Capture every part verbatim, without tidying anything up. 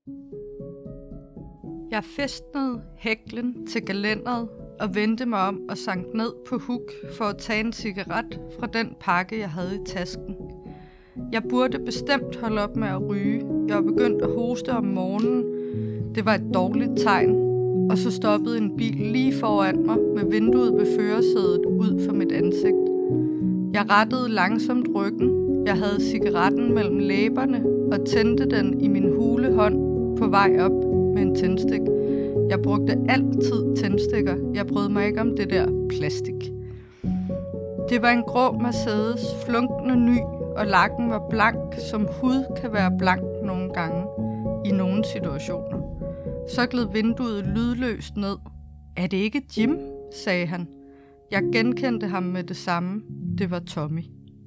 Jeg fæstnede hæklen til gelænderet og vendte mig om og sank ned på huk for at tage en cigaret fra den pakke, jeg havde i tasken. Jeg burde bestemt holde op med at ryge. Jeg var begyndt at hoste om morgenen. Det var et dårligt tegn. Og så stoppede en bil lige foran mig med vinduet ved førersædet ud for mit ansigt. Jeg rettede langsomt ryggen. Jeg havde cigaretten mellem læberne og tændte den i min hule hånd på vej op med en tændstik. Jeg brugte altid tændstikker. Jeg brød mig ikke om det der plastik. Det var en grå Mercedes, flunkende ny, og lakken var blank, som hud kan være blank nogle gange i nogle situationer. Så gled vinduet lydløst ned. Er det ikke Jim? Sagde han. Jeg genkendte ham med det samme. Det var Tommy.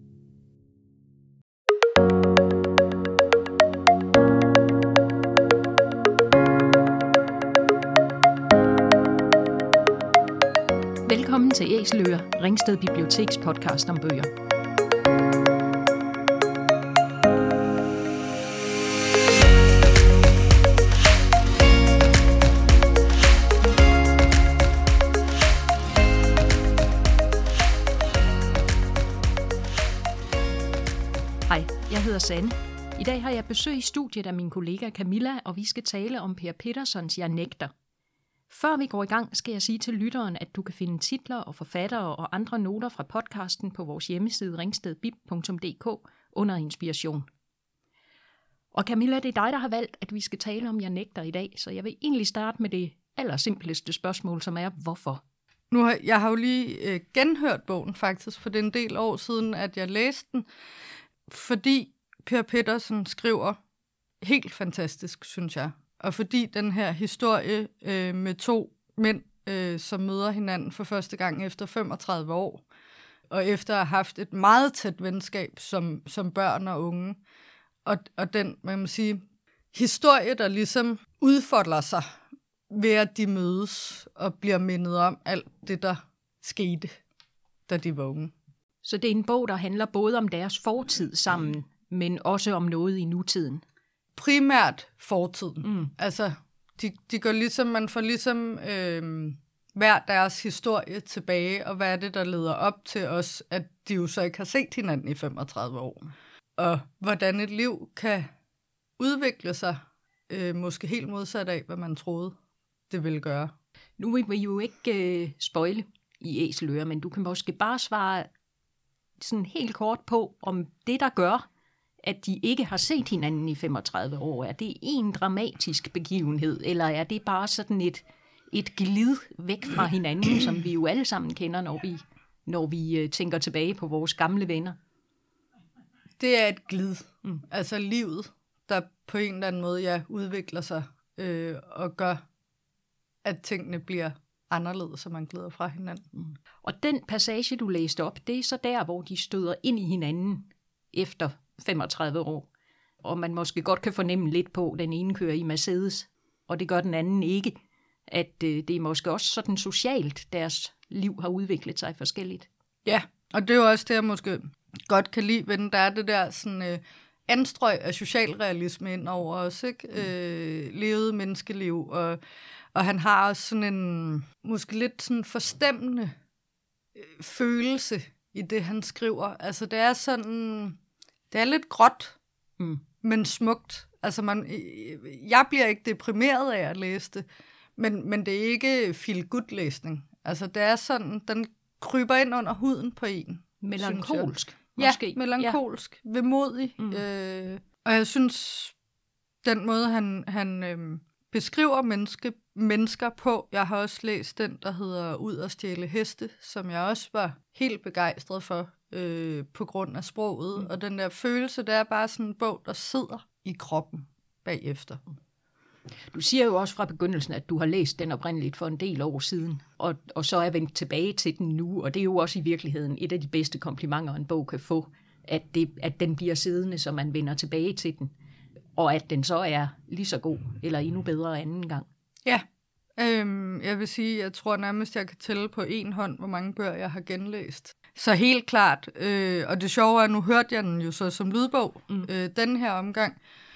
Velkommen til Æseløer, Ringsted Biblioteks podcast om bøger. Hej, jeg hedder Sanne. I dag har jeg besøg i studiet af min kollega Camilla, og vi skal tale om Per Pettersons Jeg nægter. Før vi går i gang, skal jeg sige til lytteren, at du kan finde titler og forfattere og andre noter fra podcasten på vores hjemmeside ringstedbib punktum d k under inspiration. Og Camilla, det er dig, der har valgt, at vi skal tale om Jeg nægter i dag, så jeg vil egentlig starte med det allersimpleste spørgsmål, som er, hvorfor? Nu har, jeg har jo lige øh, genhørt bogen faktisk, for det er en del år siden, at jeg læste den, fordi Per Petterson skriver helt fantastisk, synes jeg. Og fordi den her historie øh, med to mænd, øh, som møder hinanden for første gang efter femogtredive år, og efter at have haft et meget tæt venskab som, som børn og unge, og, og den, man må sige, historie, der ligesom udfolder sig ved, at de mødes og bliver mindet om alt det, der skete, da de var unge. Så det er en bog, der handler både om deres fortid sammen, men også om noget i nutiden. Primært fortiden. Mm. Altså, de, de går ligesom, man får ligesom øh, hver deres historie tilbage, og hvad er det, der leder op til os, at de jo så ikke har set hinanden i femogtredive år. Og hvordan et liv kan udvikle sig, øh, måske helt modsat af, hvad man troede, det ville gøre. Nu vil vi jo ikke øh, spoile i Æseløer, men du kan måske bare svare sådan helt kort på, om det, der gør, at de ikke har set hinanden i femogtredive år. Er det en dramatisk begivenhed, eller er det bare sådan et, et glid væk fra hinanden, som vi jo alle sammen kender, når vi, når vi tænker tilbage på vores gamle venner? Det er et glid. Mm. Altså livet, der på en eller anden måde ja, udvikler sig øh, og gør, at tingene bliver anderledes, så man glider fra hinanden. Mm. Og den passage, du læste op, det er så der, hvor de støder ind i hinanden efter femogtredive år, og man måske godt kan fornemme lidt på, at den ene kører i Mercedes, og det gør den anden ikke, at øh, det er måske også sådan socialt, deres liv har udviklet sig forskelligt. Ja, og det er jo også det, jeg måske godt kan lide ved den, der er det der sådan øh, anstrøg af socialrealisme ind over os, ikke? Øh, levet menneskeliv, og, og han har også sådan en, måske lidt sådan forstemmende øh, følelse i det, han skriver. Altså det er sådan, det er lidt gråt, mm. men smukt. Altså man, jeg bliver ikke deprimeret af at læse det, men, men det er ikke feel-good-læsning. Altså det er sådan, den kryber ind under huden på en. Melankolsk, måske. Ja, melankolsk, ja. Vemodig. Mm. Øh, og jeg synes, den måde, han, han øh, beskriver menneske, mennesker på, jeg har også læst den, der hedder Ud og stjæle heste, som jeg også var helt begejstret for, øh, på grund af sproget. Mm. Og den der følelse, det er bare sådan en bog, der sidder i kroppen bagefter. Du siger jo også fra begyndelsen, at du har læst den oprindeligt for en del år siden, og, og så er jeg vendt tilbage til den nu, og det er jo også i virkeligheden et af de bedste komplimenter, en bog kan få, at, det, at den bliver siddende, så man vender tilbage til den, og at den så er lige så god, eller endnu bedre anden gang. Ja, øhm, jeg vil sige, jeg tror nærmest, jeg kan tælle på en hånd, hvor mange bøger jeg har genlæst. Så helt klart, øh, og det sjove er, nu hørte jeg den jo så som lydbog, mm. øh, den her omgang,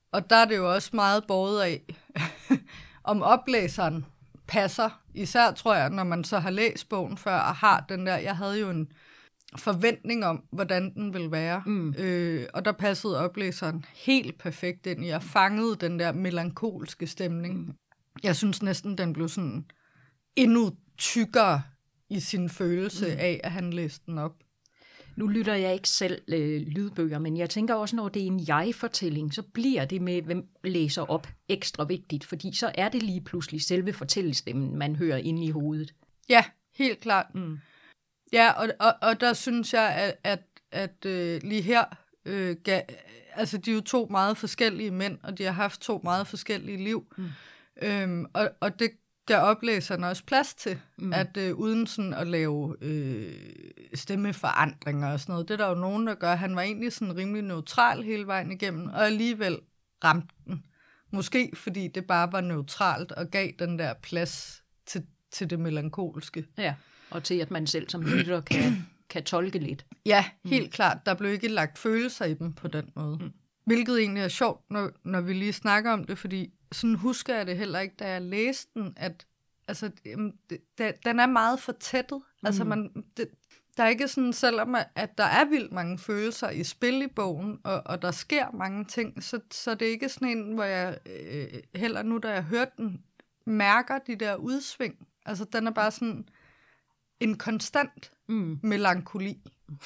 og der er det jo også meget båret af, om oplæseren passer. Især tror jeg, når man så har læst bogen før og har den der, jeg havde jo en forventning om, hvordan den ville være. Mm. Øh, og der passede oplæseren helt perfekt ind i. Jeg fangede den der melankolske stemning. Mm. Jeg synes næsten, den blev sådan endnu tykkere i sin følelse mm. af, at han læste den op. Nu lytter jeg ikke selv øh, lydbøger, men jeg tænker også, når det er en jeg-fortælling, så bliver det med, hvem læser op, ekstra vigtigt, fordi så er det lige pludselig selve fortællestemmen, man hører inde i hovedet. Ja, helt klart. Mm. Ja, og, og, og der synes jeg, at, at, at øh, lige her, øh, ga, altså de er jo to meget forskellige mænd, og de har haft to meget forskellige liv. Mm. Øhm, og, og det gav oplæserne også plads til, mm. at øh, uden sådan at lave øh, stemmeforandringer og sådan noget. Det er der jo nogen, der gør. Han var egentlig sådan rimelig neutral hele vejen igennem, og alligevel ramte den. Måske fordi det bare var neutralt og gav den der plads til, til det melankolske. Ja, og til at man selv som lytter kan, kan tolke lidt. Ja, helt mm. klart. Der blev ikke lagt følelser i dem på den måde. Mm. Hvilket egentlig er sjovt, når, når vi lige snakker om det, fordi sådan husker jeg det heller ikke, da jeg læste den, at altså, det, det, den er meget fortættet. Mm. Altså, man, det, der er ikke sådan, selvom at der er vildt mange følelser i spil i bogen, og, og der sker mange ting, så, så det er ikke sådan en, hvor jeg øh, heller nu, da jeg hørte den, mærker de der udsving. Altså, den er bare sådan en konstant mm. melankoli.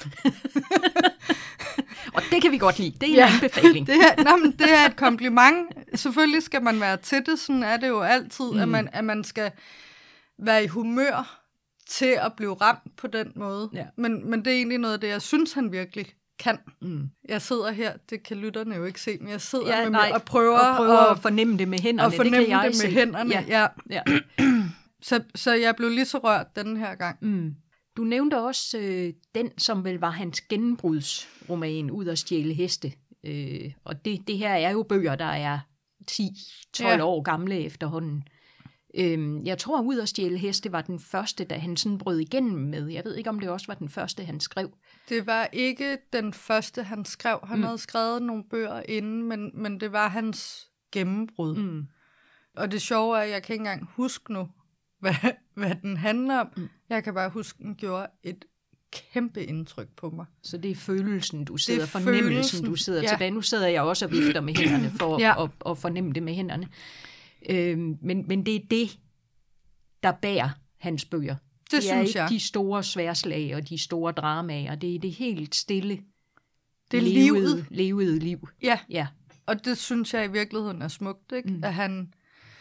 Og det kan vi godt lide. Det er en ja, anbefaling. Det er, nå, men det er et kompliment. Selvfølgelig skal man være til det. Sådan er det jo altid, mm. at, man, at man skal være i humør til at blive ramt på den måde. Ja. Men, men det er egentlig noget af det, jeg synes, han virkelig kan. Mm. Jeg sidder her, det kan lytterne jo ikke se, men jeg sidder ja, med nej, og prøver, og prøver at, at fornemme det med hænderne. Og fornemme det, kan jeg det med se. hænderne, ja. ja. ja. så, så jeg blev lige så rørt den her gang. Mm. Du nævnte også øh, den, som vel var hans gennembrudsroman, Ud at stjæle heste. Øh, og det, det her er jo bøger, der er ti til tolv ja. år gamle efterhånden. Øh, jeg tror, Ud at stjæle heste var den første, da han sådan brød igennem med. Jeg ved ikke, om det også var den første, han skrev. Det var ikke den første, han skrev. Han mm. havde skrevet nogle bøger inden, men, men det var hans gennembrud. Mm. Og det sjove er, at jeg kan ikke engang huske nu, hvad, hvad den handler om. Mm. Jeg kan bare huske, at den gjorde et kæmpe indtryk på mig. Så det er følelsen, du sidder, fornemmelsen, følelsen. du sidder ja. tilbage. Nu sidder jeg også og vifter med hænderne for ja. at, at, at fornemme det med hænderne. Øhm, men, men det er det, der bærer hans bøger. Det, det er ikke jeg. de store sværslag og de store dramaer. Det er det helt stille, det er levede, livet. levede liv. Ja. ja, og det synes jeg i virkeligheden er smukt, ikke? Mm. At han,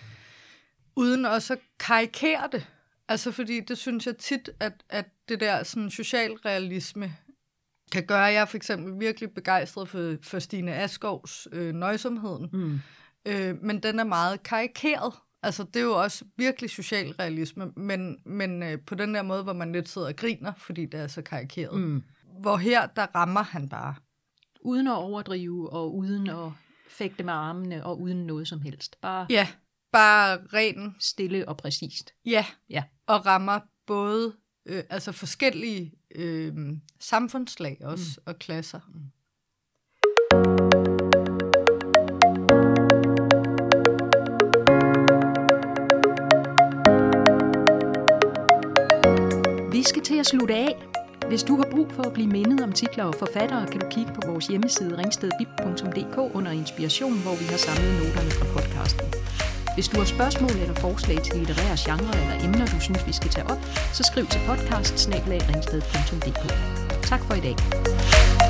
uden også at karikere det, altså fordi det synes jeg tit, at, at det der sådan socialrealisme kan gøre. Jeg er for eksempel virkelig begejstret for, for Stine Askovs øh, Nøjsomheden, mm. øh, men den er meget karikeret. Altså det er jo også virkelig socialrealisme, men, men øh, på den der måde, hvor man lidt sidder og griner, fordi det er så karikeret. Mm. Hvor her, der rammer han bare. Uden at overdrive, og uden at fægte med armene, og uden noget som helst. Bare ja, bare ren. Stille og præcist. Ja, ja. Og rammer både øh, altså forskellige øh, samfundslag også, mm. og klasser. Mm. Vi skal til at slutte af. Hvis du har brug for at blive mindet om titler og forfattere, kan du kigge på vores hjemmeside ringstedbib punktum d k under inspiration, hvor vi har samlet noterne fra podcasten. Hvis du har spørgsmål eller forslag til litterære genre eller emner, du synes, vi skal tage op, så skriv til podcast bindestreg ringsted punktum d k. Tak for i dag.